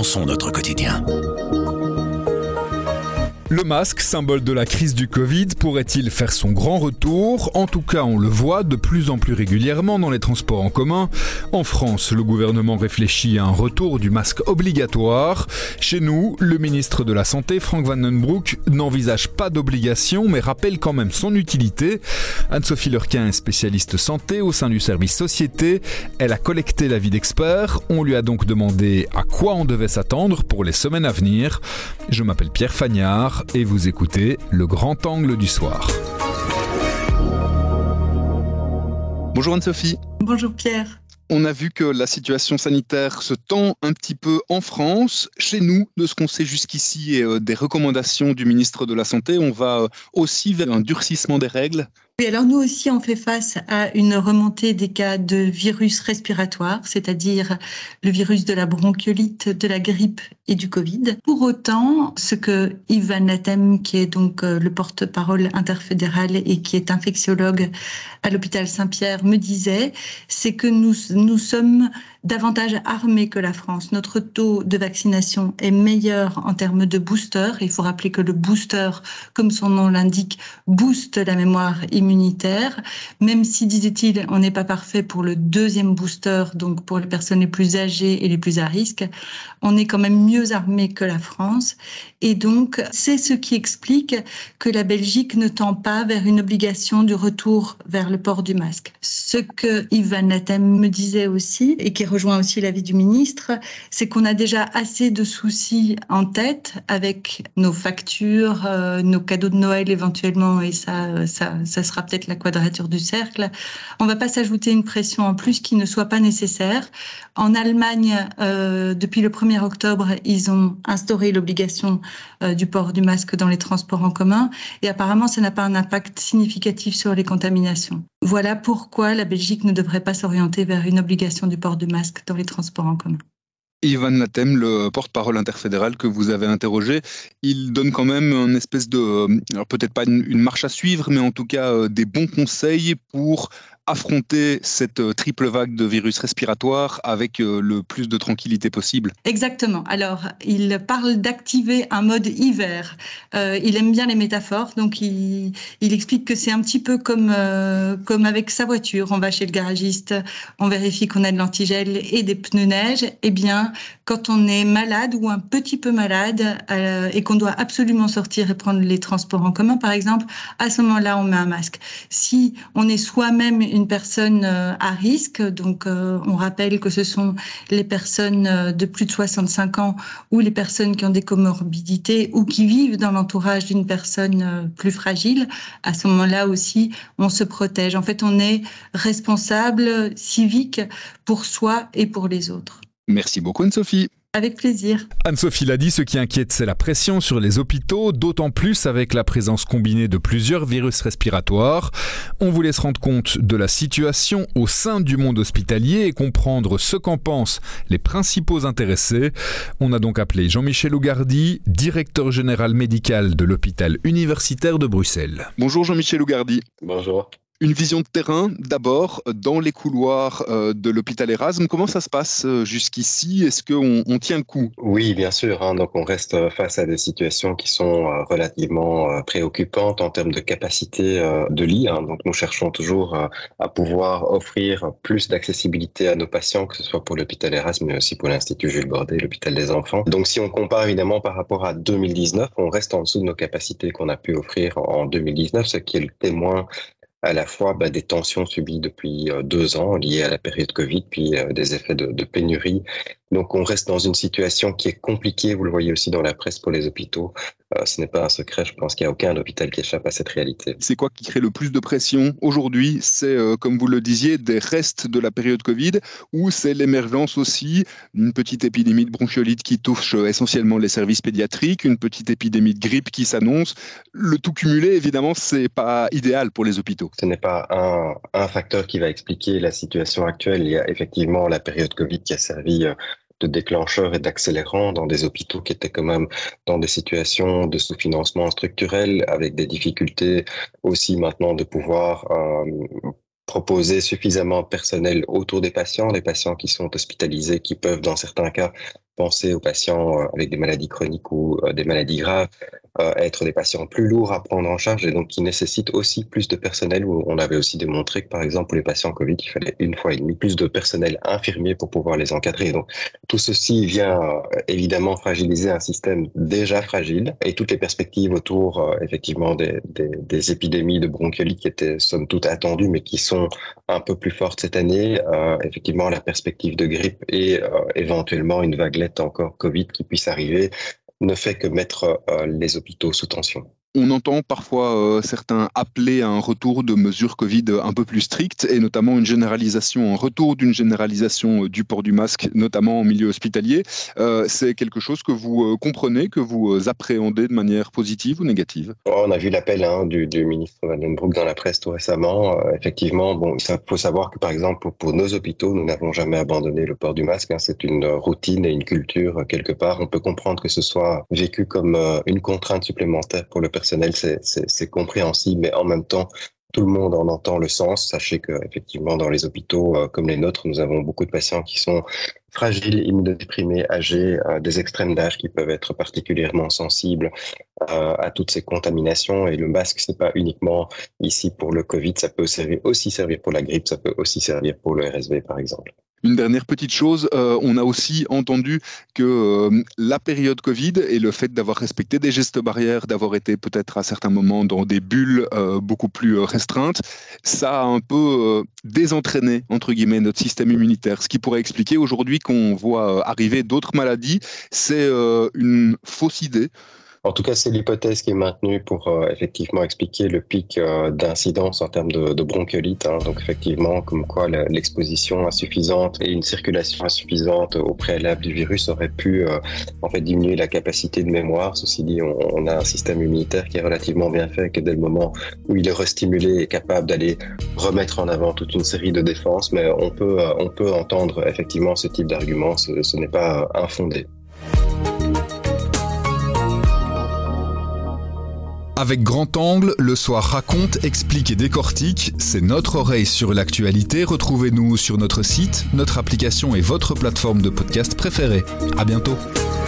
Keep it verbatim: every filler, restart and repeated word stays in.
repensons notre quotidien. Le masque, symbole de la crise du Covid, pourrait-il faire son grand retour ? En tout cas, on le voit de plus en plus régulièrement dans les transports en commun. En France, le gouvernement réfléchit à un retour du masque obligatoire. Chez nous, le ministre de la Santé, Frank Van den Broek, n'envisage pas d'obligation, mais rappelle quand même son utilité. Anne-Sophie Lurquin est spécialiste santé au sein du service Société. Elle a collecté l'avis d'experts. On lui a donc demandé à quoi on devait s'attendre pour les semaines à venir. Je m'appelle Pierre Fagnard et vous écoutez Le Grand Angle du Soir. Bonjour Anne-Sophie. Bonjour Pierre. On a vu que la situation sanitaire se tend un petit peu en France. Chez nous, de ce qu'on sait jusqu'ici et des recommandations du ministre de la Santé, on va aussi vers un durcissement des règles. Oui, alors nous aussi, on fait face à une remontée des cas de virus respiratoires, c'est-à-dire le virus de la bronchiolite, de la grippe et du Covid. Pour autant, ce que Yves Van Latem, qui est donc le porte-parole interfédéral et qui est infectiologue à l'hôpital Saint-Pierre, me disait, c'est que nous, nous sommes davantage armés que la France. Notre taux de vaccination est meilleur en termes de booster. Il faut rappeler que le booster, comme son nom l'indique, booste la mémoire immunitaire. Même si, disait-il, on n'est pas parfait pour le deuxième booster, donc pour les personnes les plus âgées et les plus à risque, on est quand même mieux armés que la France. Et donc, c'est ce qui explique que la Belgique ne tend pas vers une obligation du retour vers le port du masque. Ce que Yves Van Latem me disait aussi, et qui rejoint aussi l'avis du ministre, c'est qu'on a déjà assez de soucis en tête avec nos factures, euh, nos cadeaux de Noël éventuellement, et ça, ça, ça sera peut-être la quadrature du cercle. On ne va pas s'ajouter une pression en plus qui ne soit pas nécessaire. En Allemagne, euh, depuis le premier octobre, ils ont instauré l'obligation euh, du port du masque dans les transports en commun, et apparemment, ça n'a pas un impact significatif sur les contaminations. Voilà pourquoi la Belgique ne devrait pas s'orienter vers une obligation du port du masque dans les transports en commun. Yves Van Latem, le porte-parole interfédéral que vous avez interrogé, il donne quand même une espèce de, alors peut-être pas une, une marche à suivre, mais en tout cas euh, des bons conseils pour affronter cette triple vague de virus respiratoire avec le plus de tranquillité possible. Exactement. Alors, il parle d'activer un mode hiver. Euh, il aime bien les métaphores, donc il, il explique que c'est un petit peu comme, euh, comme avec sa voiture. On va chez le garagiste, on vérifie qu'on a de l'antigel et des pneus neige. Eh bien, quand on est malade ou un petit peu malade euh, et qu'on doit absolument sortir et prendre les transports en commun, par exemple, à ce moment-là, on met un masque. Si on est soi-même une personne à risque, donc euh, on rappelle que ce sont les personnes de plus de soixante-cinq ans ou les personnes qui ont des comorbidités ou qui vivent dans l'entourage d'une personne plus fragile. À ce moment-là aussi, on se protège. En fait, on est responsable civique pour soi et pour les autres. Merci beaucoup Anne-Sophie. Avec plaisir. Anne-Sophie l'a dit, ce qui inquiète, c'est la pression sur les hôpitaux, d'autant plus avec la présence combinée de plusieurs virus respiratoires. On voulait se rendre compte de la situation au sein du monde hospitalier et comprendre ce qu'en pensent les principaux intéressés. On a donc appelé Jean-Michel Ougardi, directeur général médical de l'hôpital universitaire de Bruxelles. Bonjour Jean-Michel Ougardi. Bonjour. Une vision de terrain, d'abord, dans les couloirs euh, de l'hôpital Erasme. Comment ça se passe euh, jusqu'ici ? Est-ce qu'on on tient le coup ? Oui, bien sûr. Hein, donc, on reste face à des situations qui sont euh, relativement euh, préoccupantes en termes de capacité euh, de lit. Hein. Donc, nous cherchons toujours euh, à pouvoir offrir plus d'accessibilité à nos patients, que ce soit pour l'hôpital Erasme, mais aussi pour l'Institut Jules Bordet, l'hôpital des enfants. Donc, si on compare évidemment par rapport à deux mille dix-neuf, on reste en dessous de nos capacités qu'on a pu offrir en deux mille dix-neuf, ce qui est le témoin à la fois bah, des tensions subies depuis euh, deux ans liées à la période Covid, puis euh, des effets de, de pénurie. Donc on reste dans une situation qui est compliquée, vous le voyez aussi dans la presse pour les hôpitaux. Euh, ce n'est pas un secret, je pense qu'il n'y a aucun hôpital qui échappe à cette réalité. C'est quoi qui crée le plus de pression aujourd'hui ? C'est, euh, comme vous le disiez, des restes de la période Covid, ou c'est l'émergence aussi d'une petite épidémie de bronchiolite qui touche euh, essentiellement les services pédiatriques, une petite épidémie de grippe qui s'annonce. Le tout cumulé, évidemment, c'est pas idéal pour les hôpitaux. Ce n'est pas un, un facteur qui va expliquer la situation actuelle. Il y a effectivement la période Covid qui a servi euh, de déclencheurs et d'accélérants dans des hôpitaux qui étaient quand même dans des situations de sous-financement structurel, avec des difficultés aussi maintenant de pouvoir euh, proposer suffisamment de personnel autour des patients, les patients qui sont hospitalisés, qui peuvent dans certains cas penser aux patients avec des maladies chroniques ou des maladies graves, euh, être des patients plus lourds à prendre en charge et donc qui nécessitent aussi plus de personnel. Où on avait aussi démontré que par exemple pour les patients Covid, il fallait une fois et demie plus de personnel infirmier pour pouvoir les encadrer. Donc tout ceci vient euh, évidemment fragiliser un système déjà fragile et toutes les perspectives autour euh, effectivement des, des, des épidémies de bronchiolite qui étaient somme toute attendues mais qui sont un peu plus fortes cette année. Euh, effectivement la perspective de grippe et euh, éventuellement une vaguelette encore Covid qui puisse arriver ne fait que mettre euh, les hôpitaux sous tension. On entend parfois euh, certains appeler à un retour de mesures Covid un peu plus strictes et notamment une généralisation, un retour d'une généralisation du port du masque, notamment en milieu hospitalier. Euh, c'est quelque chose que vous euh, comprenez, que vous euh, appréhendez de manière positive ou négative? On a vu l'appel hein, du, du ministre Van den Broek dans la presse tout récemment. Euh, effectivement, bon, il faut savoir que par exemple pour, pour nos hôpitaux, nous n'avons jamais abandonné le port du masque. Hein, c'est une routine et une culture quelque part. On peut comprendre que ce soit vécu comme euh, une contrainte supplémentaire pour le personnel. C'est, c'est, c'est compréhensible, mais en même temps, tout le monde en entend le sens. Sachez que effectivement, dans les hôpitaux euh, comme les nôtres, nous avons beaucoup de patients qui sont fragiles, immunodéprimés, âgés, euh, des extrêmes d'âge qui peuvent être particulièrement sensibles euh, à toutes ces contaminations. Et le masque, c'est pas uniquement ici pour le Covid, ça peut servir, aussi servir pour la grippe, ça peut aussi servir pour le R S V, par exemple. Une dernière petite chose, euh, on a aussi entendu que euh, la période Covid et le fait d'avoir respecté des gestes barrières, d'avoir été peut-être à certains moments dans des bulles euh, beaucoup plus restreintes, ça a un peu euh, désentraîné, entre guillemets, notre système immunitaire. Ce qui pourrait expliquer aujourd'hui qu'on voit arriver d'autres maladies, c'est euh, une fausse idée. En tout cas, c'est l'hypothèse qui est maintenue pour euh, effectivement expliquer le pic euh, d'incidence en termes de, de bronchiolite. Hein. Donc effectivement, comme quoi la, l'exposition insuffisante et une circulation insuffisante au préalable du virus aurait pu euh, en fait diminuer la capacité de mémoire. Ceci dit, on, on a un système immunitaire qui est relativement bien fait, que dès le moment où il est restimulé, est capable d'aller remettre en avant toute une série de défenses. Mais on peut, euh, on peut entendre effectivement ce type d'argument. Ce, ce n'est pas euh, infondé. Avec Grand Angle, Le Soir raconte, explique et décortique. C'est notre oreille sur l'actualité. Retrouvez-nous sur notre site, notre application et votre plateforme de podcast préférée. À bientôt.